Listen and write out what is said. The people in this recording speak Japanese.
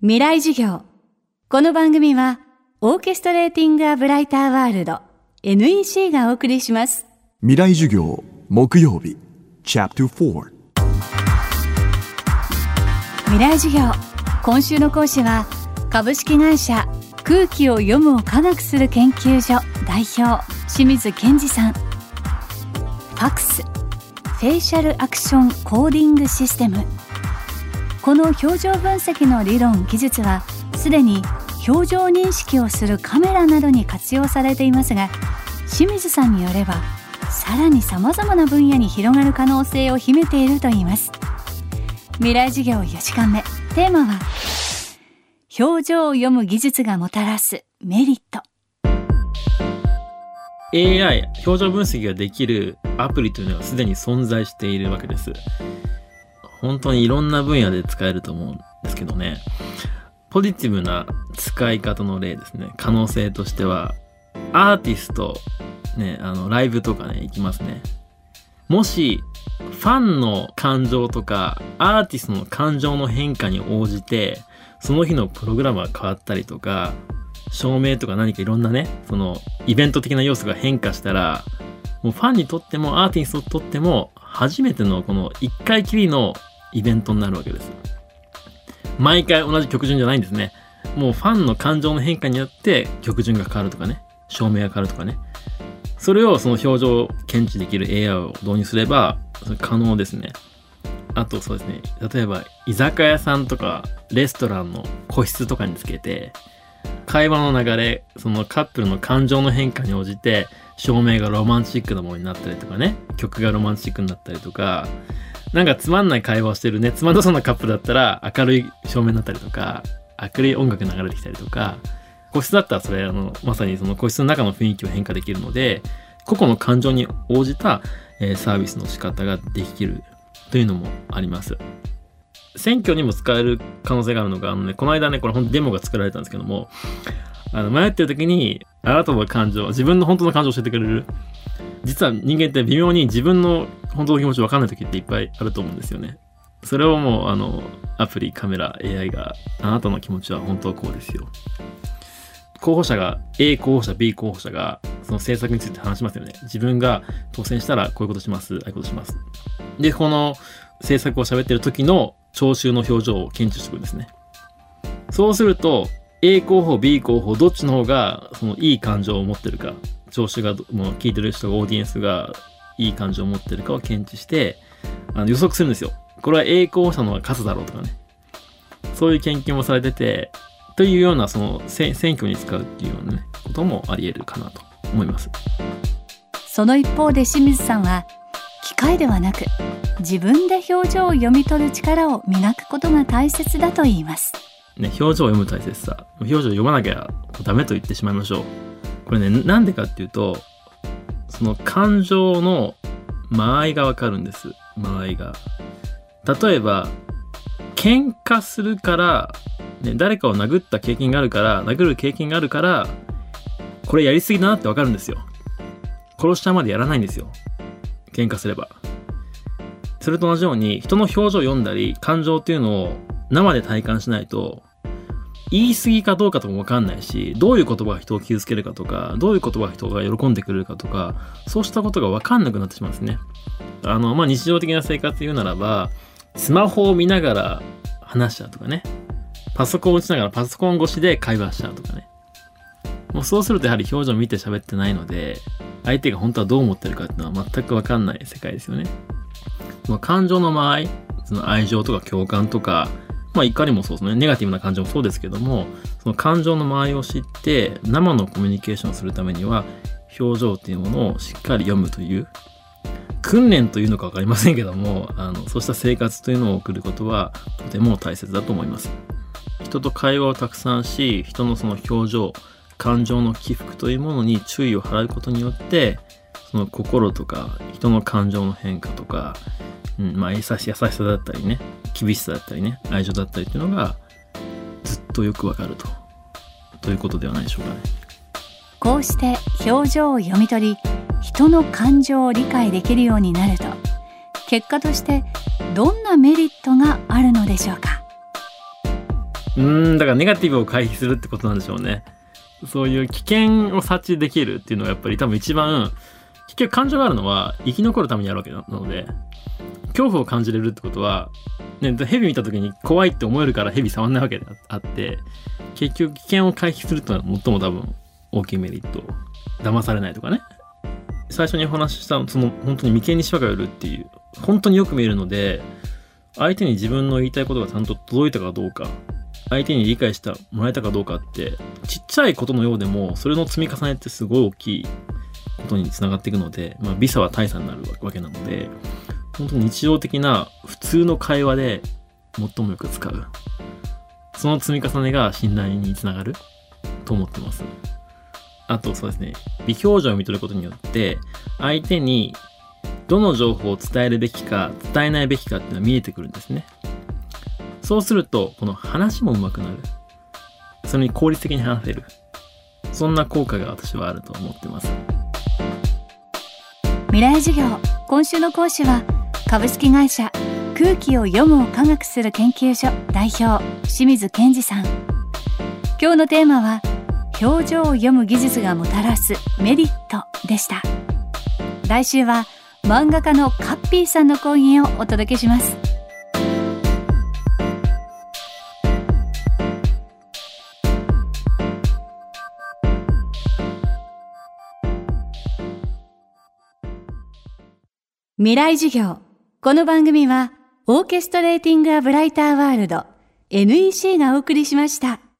未来授業。この番組はオーケストレーティングアブライターワールド NEC がお送りします。 未来授業木曜日チャプター4。 未来授業、今週の講師は株式会社空気を読むを科学する研究所代表清水健二さん。FACS フェイシャルアクションコーディングシステム。この表情分析の理論技術はすでに表情認識をするカメラなどに活用されていますが、清水さんによればさらに様々な分野に広がる可能性を秘めているといいます。未来授業4時間目、テーマは表情を読む技術がもたらすメリット。 AI 表情分析ができるアプリというのがすでに存在しているわけです。本当にいろんな分野で使えると思うんですけどね。ポジティブな使い方の例ですね。可能性としてはアーティストね、ライブとかね行きますね。もしファンの感情とかアーティストの感情の変化に応じてその日のプログラムが変わったりとか、照明とか何かいろんなね、そのイベント的な要素が変化したら、もうファンにとってもアーティストにとっても初めてのこの一回きりのイベントになるわけです。毎回同じ曲順じゃないんですね。もうファンの感情の変化によって曲順が変わるとかね、照明が変わるとかね。それをその表情を検知できる AI を導入すればそれ可能ですね。あとそうですね、例えば居酒屋さんとかレストランの個室とかにつけて、会話の流れ、そのカップルの感情の変化に応じて照明がロマンチックなものになったりとかね、曲がロマンチックになったりとか、なんかつまんない会話をしてるね、つまんなそうなカップルだったら明るい照明になったりとか、明るい音楽流れてきたりとか、個室だったらそれまさにその個室の中の雰囲気を変化できるので、個々の感情に応じた、サービスの仕方ができるというのもあります。選挙にも使える可能性があるのが、この間ね、これ本当デモが作られたんですけども、迷ってる時にあなたの感情、自分の本当の感情を教えてくれる。実は人間って微妙に自分の本当の気持ち分かんない時っていっぱいあると思うんですよね。それをもうアプリ、カメラ、AI があなたの気持ちは本当はこうですよ。候補者が A 候補者 B 候補者がその政策について話しますよね。自分が当選したらこういうことします、ああいうことします。でこの政策を喋ってる時の聴衆の表情を検知しておくんですね。そうすると A 候補 B 候補どっちの方がそのいい感情を持ってるか、聴衆がもう聞いてる人がオーディエンスがいい感情を持ってるかを検知して予測するんですよ。これは A 候補者の方が勝つだろうとかね、そういう研究もされてて、というようなその選挙に使うっていうようなねこともあり得るかなと思います。 その一方で清水さんは機械ではなく自分で表情を読み取る力を磨くことが大切だと言います。 ね、表情を読む大切さ、表情を読まなきゃダメと言ってしまいましょう。これね、なんでかっていうと、その感情の間合いがわかるんです。間合いが。例えば喧嘩するから、ね、誰かを殴った経験があるから、殴る経験があるからこれやりすぎだなってわかるんですよ。殺しちゃうまでやらないんですよ、喧嘩すれば。それと同じように人の表情を読んだり感情っていうのを生で体感しないと、言い過ぎかどうかとかも分かんないし、どういう言葉が人を傷つけるかとか、どういう言葉が人が喜んでくれるかとか、そうしたことが分かんなくなってしまうんですね。日常的な生活で言うならば、スマホを見ながら話しちゃうとかね、パソコンを打ちながらパソコン越しで会話しちゃうとかね。もうそうするとやはり表情を見て喋ってないので、相手が本当はどう思ってるかっていうのは全く分かんない世界ですよね。その感情の間合い、その愛情とか共感とか、怒りもそうですね、ネガティブな感情もそうですけども、その感情の間合いを知って生のコミュニケーションをするためには表情っていうものをしっかり読むという訓練というのか分かりませんけども、そうした生活というのを送ることはとても大切だと思います。人と会話をたくさんし、人のその表情、感情の起伏というものに注意を払うことによって、その心とか人の感情の変化とか、優しさだったりね、厳しさだったりね、愛情だったりっていうのがずっとよくわかるということではないでしょうかね。 こうして表情を読み取り、人の感情を理解できるようになると、結果としてどんなメリットがあるのでしょうか。 だからネガティブを回避するってことなんでしょうね。そういう危険を察知できるっていうのがやっぱり多分一番、結局感情があるのは生き残るためにあるわけなので、恐怖を感じれるってことは、ね、ヘビ見た時に怖いって思えるからヘビ触んないわけであって、結局危険を回避するってのは最も多分大きいメリット。騙されないとかね。最初にお話ししたその本当に眉間にしわが寄るっていう本当によく見えるので、相手に自分の言いたいことがちゃんと届いたかどうか、相手に理解してもらえたかどうかってちっちゃいことのようでもそれの積み重ねってすごい大きいことにつながっていくので、微差は大差になるわけなので、本当に日常的な普通の会話で最もよく使う、その積み重ねが信頼につながると思ってます。あとそうですね、微表情を見取ることによって相手にどの情報を伝えるべきか伝えないべきかっていうのが見えてくるんですね。そうするとこの話も上手くなる、それに効率的に話せる、そんな効果が私はあると思ってます。 未来授業、今週の講師は株式会社空気を読むを科学する研究所代表清水健二さん。今日のテーマは表情を読む技術がもたらすメリットでした。来週は漫画家のカッピーさんの講義をお届けします。未来授業。この番組はオーケストレーティング・ア・ブライター・ワールド NEC がお送りしました。